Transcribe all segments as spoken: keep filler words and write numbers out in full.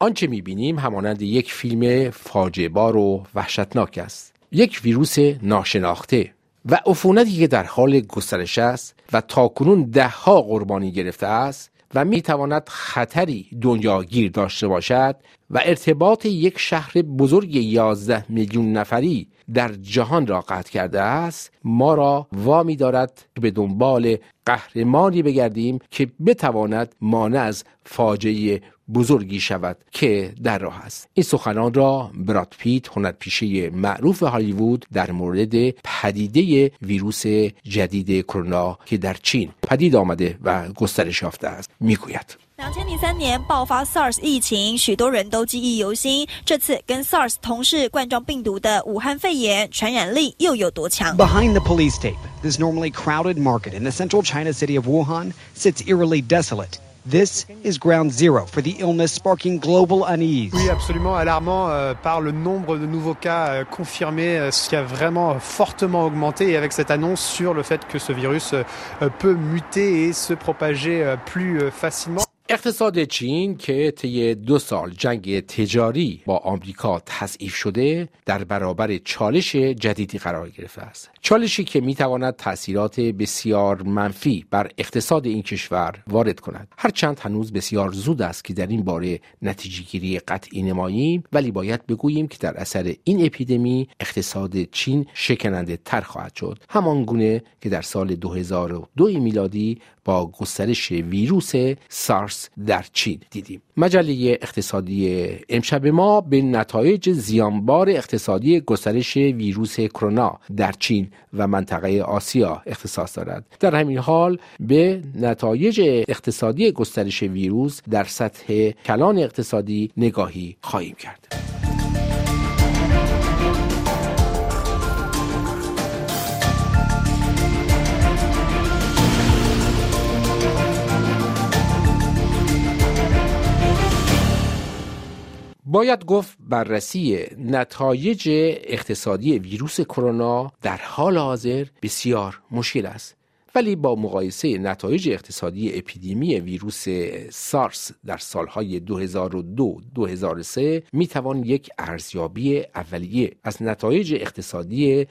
آنچه می‌بینیم همانند یک فیلم فاجعه بار و وحشتناک است. یک ویروس ناشناخته و عفونتی که در حال گسترش است و تاکنون ده ها قربانی گرفته است و میتواند خطری دنیاگیر داشته باشد و ارتباط یک شهر بزرگ یازده میلیون نفری در جهان را قطع کرده است، ما را وامی دارد که به دنبال قهرمانی بگردیم که بتواند مانع از فاجعه بزرگی شود که در راه است. این سخنان را براد پیت، هنرپیشه معروف هالیوود، در مورد پدیده ویروس جدید کرونا که در چین پدید آمده و گسترش یافته است میگوید. 两千零三年爆发 SARS 疫情，许多人都记忆犹新。这次跟 SARS 同是冠状病毒的武汉肺炎，传染力又有多强 ？Behind the police tape, this normally crowded market in the central China city of Wuhan sits eerily desolate. This is ground zero for the illness sparking global unease. Oui, absolument alarmant euh, par le nombre de nouveaux cas euh, confirmés, euh, ce qui a vraiment fortement augmenté, et avec cette annonce sur le fait que ce virus euh, peut muter et se propager euh, plus euh, facilement. اقتصاد چین که طی دو سال جنگ تجاری با آمریکا تضعیف شده، در برابر چالش جدیدی قرار گرفته است. چالشی که میتواند تأثیرات بسیار منفی بر اقتصاد این کشور وارد کند. هرچند هنوز بسیار زود است که در این باره نتیجه گیری قطعی نماییم، ولی باید بگوییم که در اثر این اپیدمی اقتصاد چین شکننده تر خواهد شد، همان گونه که در سال دو هزار و دو میلادی با گسترش ویروس سارس در چین دیدیم. مجله اقتصادی امشب ما به نتایج زیانبار اقتصادی گسترش ویروس کرونا در چین و منطقه آسیا اختصاص دارد. در همین حال به نتایج اقتصادی گسترش ویروس در سطح کلان اقتصادی نگاهی خواهیم کرد. باید گفت بررسی نتایج اقتصادی ویروس کرونا در حال حاضر بسیار مشکل است، ولی با مقایسه نتایج اقتصادی اپیدمی ویروس سارس در سالهای دو هزار و دو تا دو هزار و سه میتوان یک ارزیابی اولیه از نتایج اقتصادی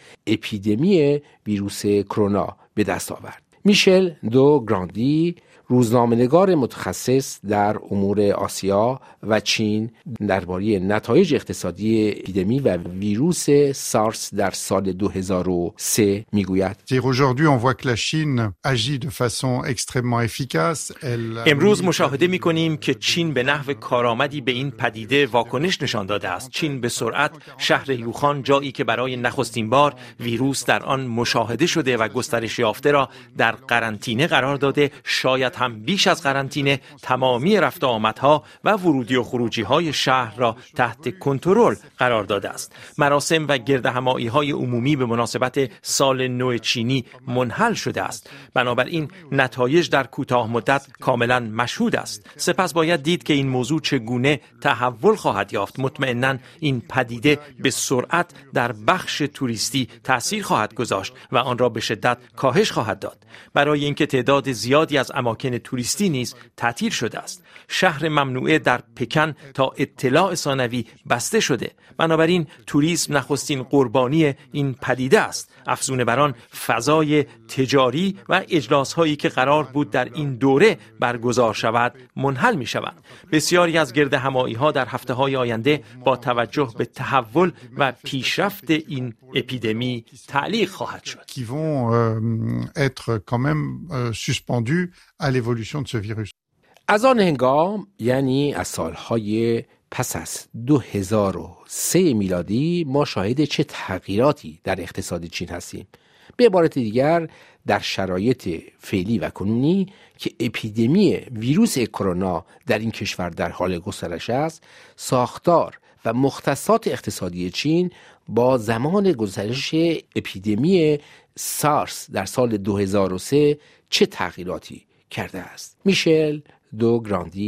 اپیدمی ویروس کرونا به دست آورد. میشل دو گراندی، روزنامه‌نگار متخصص در امور آسیا و چین، درباره نتایج اقتصادی اپیدمی و ویروس سارس در سال دو هزار و سه میگوید. Aujourd'hui on voit que la Chine agit de façon extrêmement efficace. امروز مشاهده می‌کنیم که چین به نحو کارآمدی به این پدیده واکنش نشان داده است. چین به سرعت شهر یوخان، جایی که برای نخستین بار ویروس در آن مشاهده شده و گسترش یافته را در قرنطینه قرار داده، شاید هم بیش از قرنطینه تمامی رفت و آمدها و ورودی و خروجی های شهر را تحت کنترل قرار داده است. مراسم و گردهمایی های عمومی به مناسبت سال نو چینی منحل شده است. بنابراین نتایج در کوتاه مدت کاملا مشهود است. سپس باید دید که این موضوع چگونه تحول خواهد یافت. مطمئناً این پدیده به سرعت در بخش توریستی تأثیر خواهد گذاشت و آن را به شدت کاهش خواهد داد. برای اینکه تعداد زیادی از اماکن توریستی نیز تعطیل شده است. شهر ممنوعه در پکن تا اطلاع ثانوی بسته شده. بنابراین توریسم نخستین قربانی این پدیده است. افزون بر آن فضای تجاری و اجلاس هایی که قرار بود در این دوره برگزار شود منحل می شود. بسیاری از گردهمایی ها در هفته های آینده با توجه به تحول و پیشرفت این اپیدمی تعلیق خواهد شد. qui vont euh, être quand même euh, suspendus à l'évolution de ce virus. از آن هنگام، یعنی از سالهای پس از دو هزار و سه میلادی، ما شاهد چه تغییراتی در اقتصاد چین هستیم. به عبارت دیگر، در شرایط فعلی و کنونی که اپیدمی ویروس کرونا در این کشور در حال گسترش است، ساختار و مختصات اقتصادی چین با زمان گسترش اپیدمی سارس در سال دو هزار و سه چه تغییراتی کرده است. میشل دو گراندی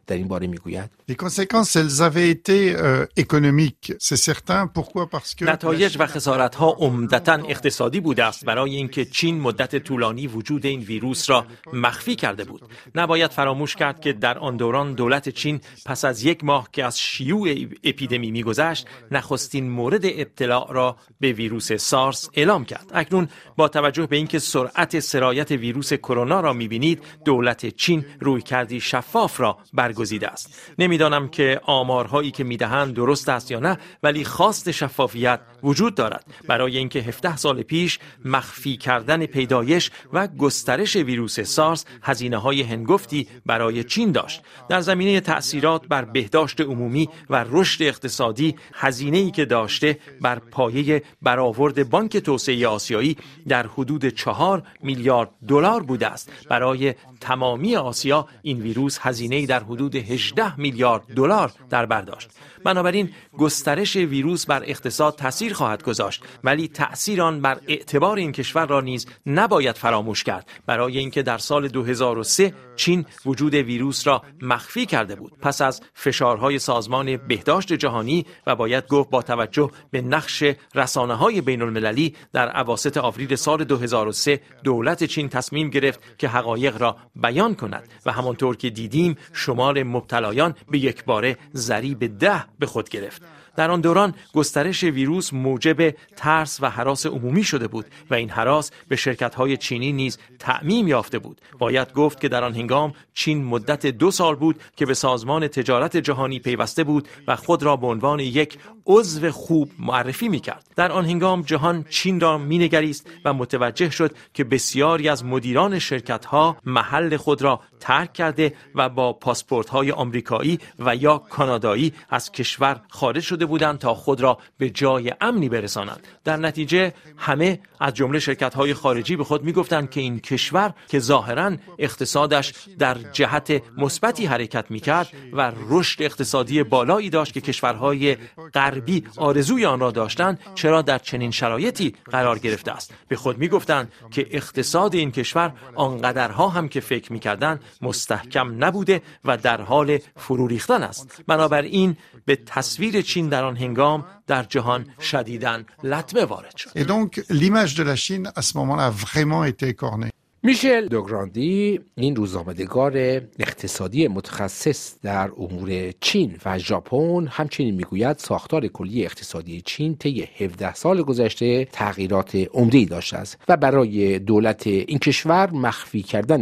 در این باره میگوید. Les conséquences elles avaient été euh, économiques, c'est certain. Pourquoi? Parce que نتایج و خسارت‌ها عمدتاً اقتصادی بوده است، برای اینکه چین مدت طولانی وجود این ویروس را مخفی کرده بود. نباید فراموش کرد که در آن دوران دولت چین پس از یک ماه که از شیوع اپیدمی می‌گذشت، نخستین مورد ابتلا را به ویروس سارس اعلام کرد. اکنون با توجه به اینکه سرعت سرایت ویروس کرونا را می‌بینید، دولت چین رویکردی شفاف را برگزیده است. نمی‌دانم که آمارهایی که می‌دهند درست است یا نه، ولی خواست شفافیت وجود دارد. برای اینکه هفده سال پیش مخفی کردن پیدایش و گسترش ویروس سارس هزینه‌های هنگفتی برای چین داشت. در زمینه تأثیرات بر بهداشت عمومی و رشد اقتصادی، هزینه‌ای که داشته بر پایه برآورد بانک توسعه آسیایی در حدود چهار میلیارد دلار بوده است. برای تمامی آسیا این ویروس هزینه‌ای در حدود هجده میلیارد دلار در بر داشت. بنابراین گسترش ویروس بر اقتصاد تأثیر خواهد گذاشت، ولی تأثیر آن بر اعتبار این کشور را نیز نباید فراموش کرد. برای اینکه در سال دو هزار و سه چین وجود ویروس را مخفی کرده بود، پس از فشارهای سازمان بهداشت جهانی و باید گفت با توجه به نقش رسانه‌های بین‌المللی، در اواسط آوریل سال دو هزار و سه دولت چین تصمیم گرفت که حقایق را بیان کند و همانطور که دیدیم شمار مبتلایان به یک باره ضریب ده به خود گرفت. در آن دوران گسترش ویروس موجب ترس و هراس عمومی شده بود و این هراس به شرکت‌های چینی نیز تعمیم یافته بود. باید گفت که در آن هنگام چین مدت دو سال بود که به سازمان تجارت جهانی پیوسته بود و خود را به عنوان یک عضو خوب معرفی می‌کرد. در آن هنگام جهان چین را می‌نگریست و متوجه شد که بسیاری از مدیران شرکت‌ها محل خود را ترک کرده و با پاسپورت‌های آمریکایی و یا کانادایی از کشور خارج شده بودند تا خود را به جای امنی برسانند. در نتیجه همه از جمله شرکت‌های خارجی به خود می‌گفتند که این کشور که ظاهراً اقتصادش در جهت مثبتی حرکت می‌کرد و رشد اقتصادی بالایی داشت که کشورهای غربی آرزوی آن را داشتند، چرا در چنین شرایطی قرار گرفته است. به خود می‌گفتند که اقتصاد این کشور آنقدرها هم که فکر می‌کردند مستحکم نبوده و در حال فرو ریختن است. بنابراین به تصویر چین در آن هنگام در جهان شدیداً لطمه وارد شد. Et donc l'image de la Chine à ce moment-là a vraiment été écornée. میشل دوگراندی، این روزنامه‌نگار اقتصادی متخصص در امور چین و ژاپن، همچنین میگوید ساختار کلی اقتصادی چین طی هفده سال گذشته تغییرات عمده‌ای داشته است و برای دولت این کشور مخفی کردن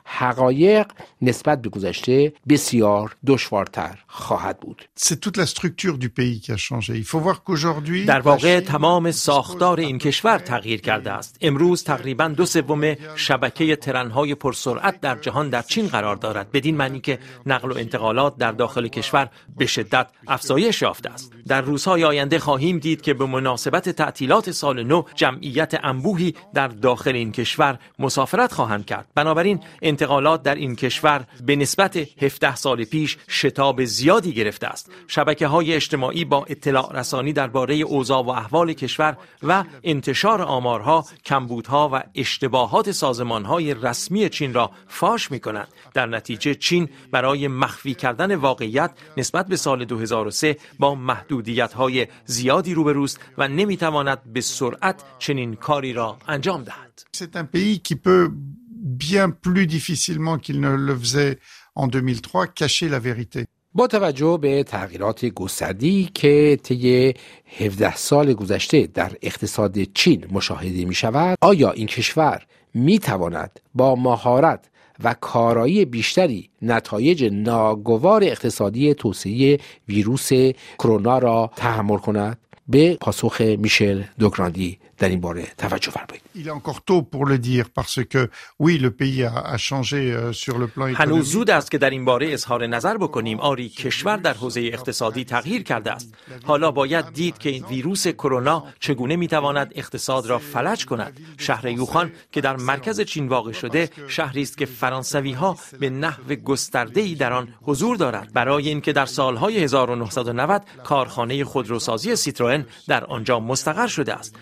حقایق نسبت به گذشته بسیار دشوارتر خواهد بود. C'est toute la structure du pays qui a changé. Il faut voir qu'aujourd'hui در واقع تمام ساختار این کشور تغییر کرده است. امروز تقریباً دو سوم شبکه ترن‌های پرسرعت در جهان در چین قرار دارد، بدین معنی که نقل و انتقالات در داخل کشور به شدت افزایش یافته است. در روزهای آینده خواهیم دید که به مناسبت تعطیلات سال نو جمعیت انبوهی در داخل این کشور مسافرت خواهند کرد. بنابراین انتقالات در این کشور به نسبت هفده سال پیش شتاب زیادی گرفته است. شبکه‌های اجتماعی با اطلاع رسانی درباره اوضاع و احوال کشور و انتشار آمارها، کمبودها و اشتباهات سازمان‌های رسمی چین را فاش می‌کنند. در نتیجه چین برای مخفی کردن واقعیت نسبت به سال دو هزار و سه با محدودیت‌های زیادی روبروست و نمی‌تواند به سرعت چنین کاری را انجام دهد. C'est un pays qui peut bien plus difficilement qu'il ne le faisait en deux mille trois cacher la vérité. با توجه به تغییرات گسترده‌ای که طی هفده سال گذشته در اقتصاد چین مشاهده می شود، آیا این کشور می تواند با مهارت و کارایی بیشتری نتایج ناگوار اقتصادی توسعه ویروس کرونا را تحمل کند؟ به پاسخ میشل دوگراندی در این باره توجه فرمایید. Il est encore tôt pour le dire parce que oui le pays a, a changé euh, sur le plan économique. هنوز زود است که در این باره اظهار نظر بکنیم. آری کشور در حوزه اقتصادی تغییر کرده است. حالا باید دید که این ویروس کرونا چگونه میتواند اقتصاد را فلج کند. شهر یوخان که در مرکز چین واقع شده، شهری است که فرانسوی‌ها به نحو گسترده‌ای در آن حضور دارند. برای اینکه در سالهای هزار و نهصد و نود کارخانه خودروسازی سیتروئن در آنجا مستقر شده است. بنابراین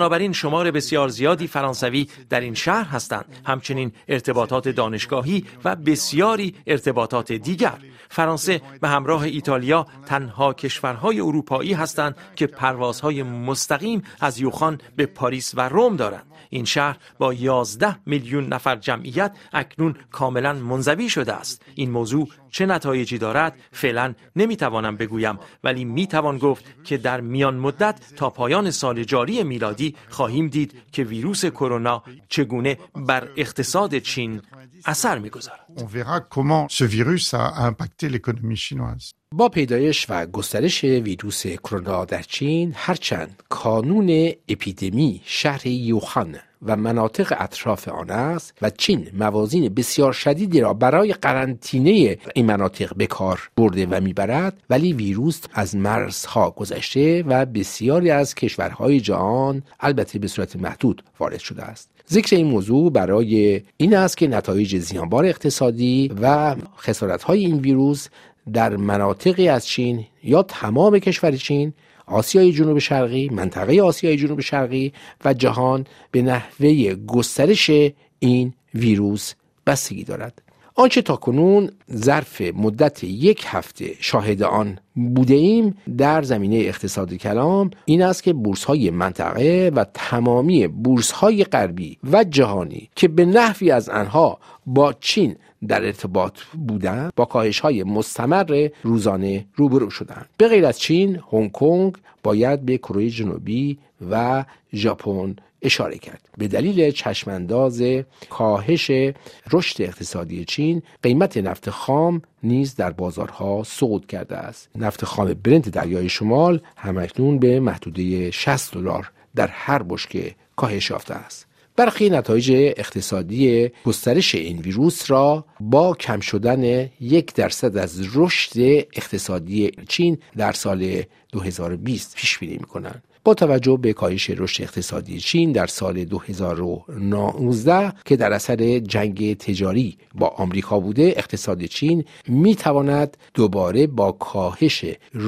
بنابراین شمار بسیار زیادی فرانسوی در این شهر هستند، همچنین ارتباطات دانشگاهی و بسیاری ارتباطات دیگر. فرانسه به همراه ایتالیا تنها کشورهای اروپایی هستند که پروازهای مستقیم از یوخان به پاریس و روم دارند. این شهر با یازده میلیون نفر جمعیت اکنون کاملا منزوی شده است. این موضوع چه نتایجی دارد فعلا نمیتوانم بگویم، ولی میتوان گفت که در میان مدت تا پایان سال جاری میلادی خواهیم دید که ویروس کرونا چگونه بر اقتصاد چین اثر میگذارد. On verra comment ce virus a impacté l'économie chinoise. با پیدایش و گسترش ویروس کرونا در چین، هرچند کانون اپیدمی شهر یوخان و مناطق اطراف آن است و چین موازین بسیار شدیدی را برای قرنطینه این مناطق به کار برده و میبرد، ولی ویروس از مرزها گذشته و بسیاری از کشورهای جهان البته به صورت محدود وارد شده است. ذکر این موضوع برای این است که نتایج زیانبار اقتصادی و خسارت‌های این ویروس در مناطقی از چین یا تمام کشور چین، آسیای جنوب شرقی، منطقه آسیای جنوب شرقی و جهان به نحوه گسترش این ویروس بستگی دارد. آنچه تا کنون ظرف مدت یک هفته شاهد آن بوده ایم در زمینه اقتصاد کلان این است که بورس‌های منطقه و تمامی بورس‌های غربی و جهانی که به نحوی از آنها با چین در ارتباط بودند با کاهش‌های مستمر روزانه روبرو شدند. به غیر از چین، هنگ کنگ باید به کره جنوبی و ژاپن اشاره کرد. به دلیل چشمانداز کاهش رشد اقتصادی چین، قیمت نفت خام نیز در بازارها صعود کرده است. نفت خام برنت دریای شمال همکنون به محدوده شصت دلار در هر بشکه کاهش یافته است. برخی نتایج اقتصادی گسترش این ویروس را با کم شدن یک درصد از رشد اقتصادی چین در سال دو هزار و بیست پیش بینی می‌کنند. با توجه به کاهش رشد اقتصادی چین در سال دو هزار و نوزده که در اثر جنگ تجاری با آمریکا بوده، اقتصاد چین میتواند دوباره با کاهش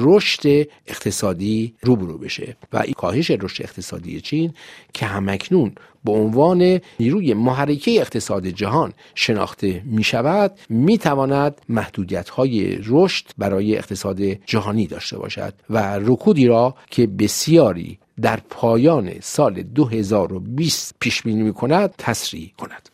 رشد اقتصادی روبرو بشه و این کاهش رشد اقتصادی چین که همکنون به عنوان نیروی محرکه اقتصاد جهان شناخته می شود، می تواند محدودیت های رشد برای اقتصاد جهانی داشته باشد و رکودی را که بسیاری در پایان سال دو هزار و بیست پیش بینی می کند تسریع کند.